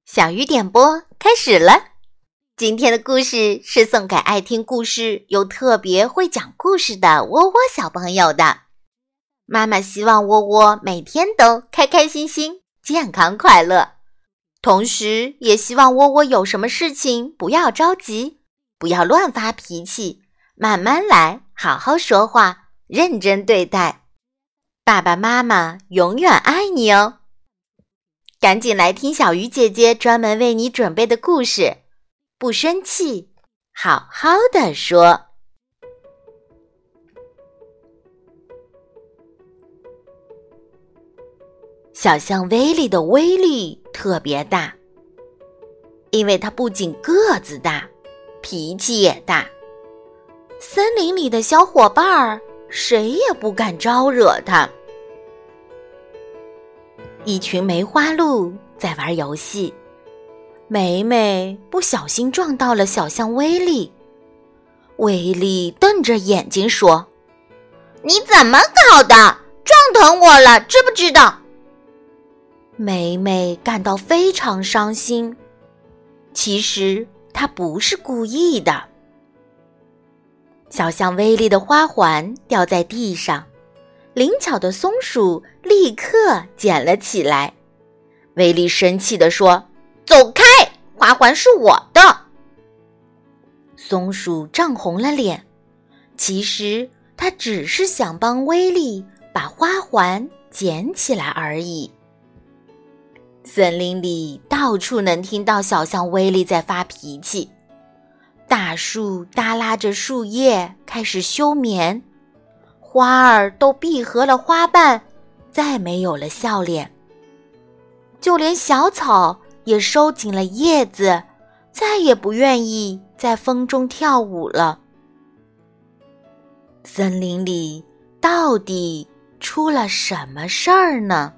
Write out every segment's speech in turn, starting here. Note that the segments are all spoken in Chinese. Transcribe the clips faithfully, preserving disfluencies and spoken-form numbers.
小鱼点播开始了。今天的故事是送给爱听故事又特别会讲故事的窝窝小朋友的。妈妈希望窝窝每天都开开心心、健康快乐，同时也希望窝窝有什么事情不要着急，不要乱发脾气，慢慢来，好好说话，认真对待。爸爸妈妈永远爱你哦。赶紧来听小鱼姐姐专门为你准备的故事，不生气，好好的说。小象威力的威力特别大，因为它不仅个子大，脾气也大。森林里的小伙伴儿，谁也不敢招惹它。一群梅花鹿在玩游戏，梅梅不小心撞到了小象威力。威力瞪着眼睛说：“你怎么搞的？撞疼我了，知不知道？”梅梅感到非常伤心，其实她不是故意的。小象威力的花环掉在地上，灵巧的松鼠立刻捡了起来。威力生气地说：“走开，花环是我的。”松鼠涨红了脸，其实它只是想帮威力把花环捡起来而已。森林里到处能听到小象威力在发脾气，大树耷拉着树叶开始休眠，花儿都闭合了花瓣，再没有了笑脸。就连小草也收紧了叶子，再也不愿意在风中跳舞了。森林里到底出了什么事儿呢？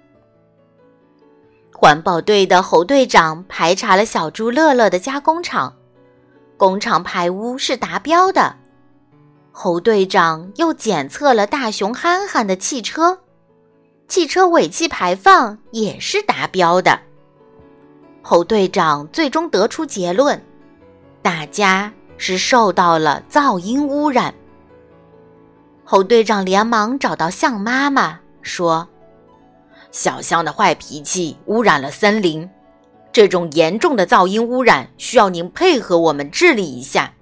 环保队的侯队长排查了小猪乐乐的加工厂，工厂排污是达标的。侯队长又检测了大熊憨憨的汽车，汽车尾气排放也是达标的。侯队长最终得出结论，大家是受到了噪音污染。侯队长连忙找到象妈妈说：“小象的坏脾气污染了森林，这种严重的噪音污染需要您配合我们治理一下。”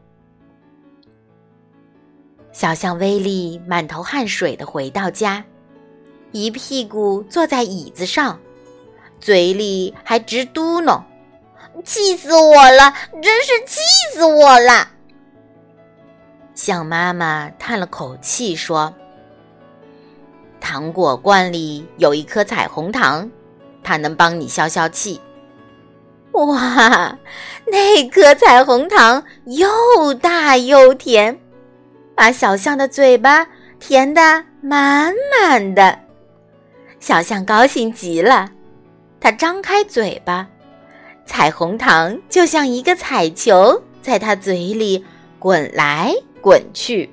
小象威力满头汗水地回到家，一屁股坐在椅子上，嘴里还直嘟囔：“气死我了，真是气死我了！”象妈妈叹了口气说：“糖果罐里有一颗彩虹糖，它能帮你消消气。”哇，那颗彩虹糖又大又甜，把小象的嘴巴填得满满的。小象高兴极了，它张开嘴巴，彩虹糖就像一个彩球在它嘴里滚来滚去。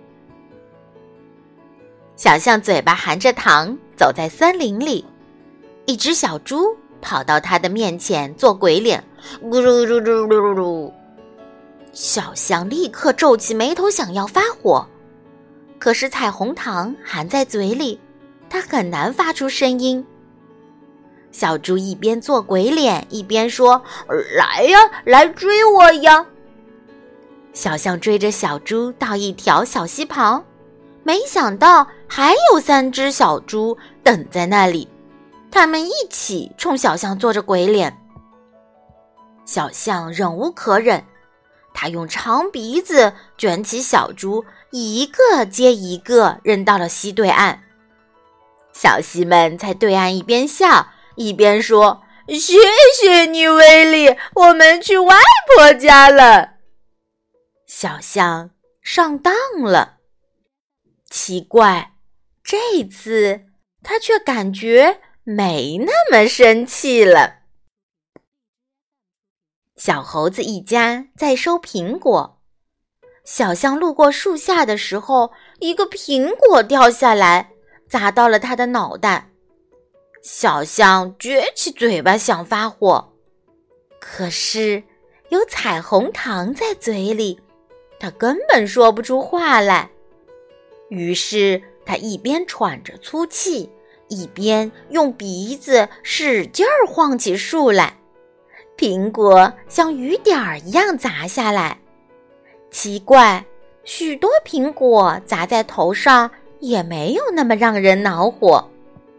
小象嘴巴含着糖走在森林里，一只小猪跑到它的面前做鬼脸，咕噜噜噜噜噜。小象立刻皱起眉头想要发火，可是彩虹糖含在嘴里，它很难发出声音。小猪一边做鬼脸一边说：“来呀，来追我呀！”小象追着小猪到一条小溪旁，没想到还有三只小猪等在那里，他们一起冲小象做着鬼脸。小象忍无可忍，他用长鼻子卷起小猪，一个接一个扔到了溪对岸。小溪们在对岸一边笑一边说：“谢谢你，威力，我们去外婆家了。”小象上当了，奇怪，这次他却感觉没那么生气了。小猴子一家在收苹果，小象路过树下的时候，一个苹果掉下来，砸到了他的脑袋。小象撅起嘴巴想发火， 可是有彩虹糖在嘴里，它根本说不出话来。于是它一边喘着粗气，一边用鼻子使劲儿晃起树来。苹果像雨点儿一样砸下来。奇怪，许多苹果砸在头上也没有那么让人恼火。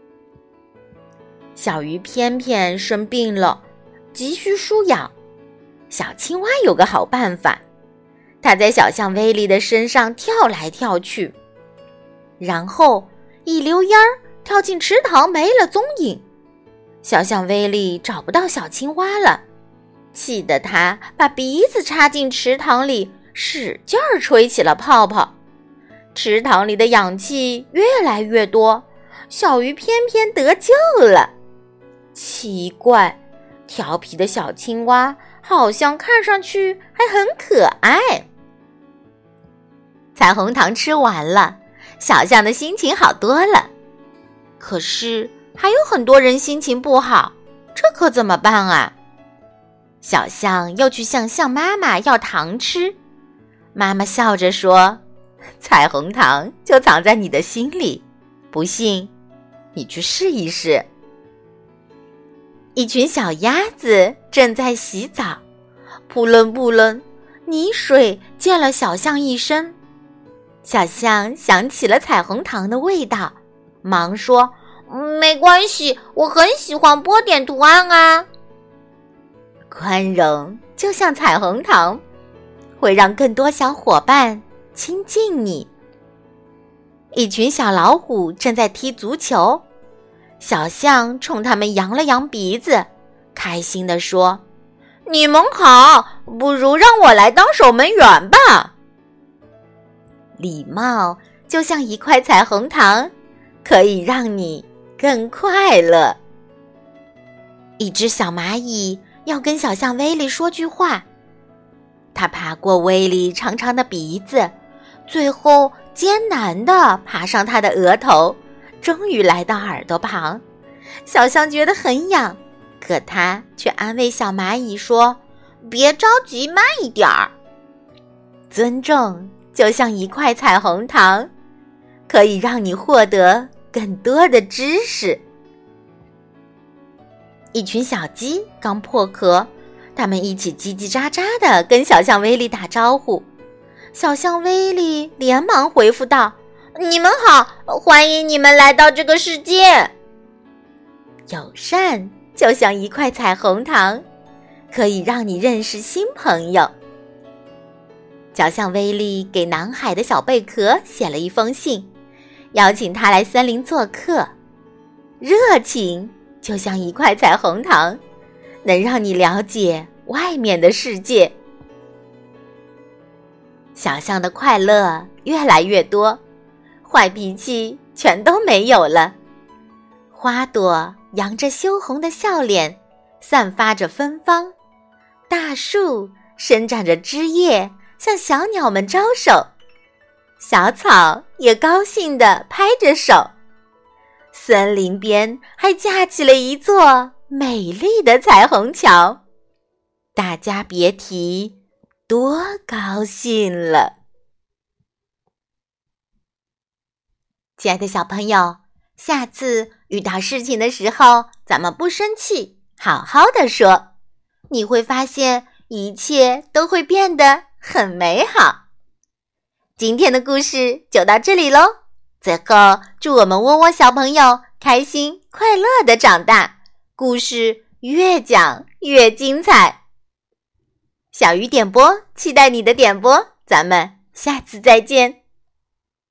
小鱼偏偏生病了，急需输氧。小青蛙有个好办法，它在小象威利的身上跳来跳去，然后一溜烟儿跳进池塘，没了踪影。小象威利找不到小青蛙了，气得他把鼻子插进池塘里，使劲儿吹起了泡泡。池塘里的氧气越来越多，小鱼偏偏得救了。奇怪，调皮的小青蛙好像看上去还很可爱。彩虹糖吃完了，小象的心情好多了。可是还有很多人心情不好，这可怎么办啊？小象又去向象妈妈要糖吃。妈妈笑着说，彩虹糖就藏在你的心里，不信你去试一试。一群小鸭子正在洗澡，扑棱扑棱，泥水溅了小象一身。小象想起了彩虹糖的味道，忙说，没关系，我很喜欢波点图案啊。宽容就像彩虹糖，会让更多小伙伴亲近你。一群小老虎正在踢足球，小象冲他们扬了扬鼻子，开心地说，你们好，不如让我来当守门员吧。礼貌就像一块彩虹糖，可以让你更快乐。一只小蚂蚁要跟小象威利说句话，它爬过威利长长的鼻子，最后艰难地爬上他的额头，终于来到耳朵旁。小象觉得很痒，可他却安慰小蚂蚁说，别着急，慢一点儿。尊重就像一块彩虹糖，可以让你获得更多的知识。一群小鸡刚破壳，它们一起叽叽喳喳地跟小象威利打招呼。小象威利连忙回复道，你们好，欢迎你们来到这个世界。友善就像一块彩虹糖，可以让你认识新朋友。小象威利给南海的小贝壳写了一封信，邀请他来森林做客。热情就像一块彩虹糖，能让你了解外面的世界。小象的快乐越来越多，坏脾气全都没有了。花朵扬着羞红的笑脸，散发着芬芳。大树伸展着枝叶，向小鸟们招手。小草也高兴地拍着手。森林边还架起了一座美丽的彩虹桥，大家别提多高兴了。亲爱的小朋友，下次遇到事情的时候，咱们不生气，好好的说，你会发现一切都会变得很美好。今天的故事就到这里咯，最后祝我们窝窝小朋友开心快乐的长大，故事越讲越精彩。小鱼点播，期待你的点播，咱们下次再见。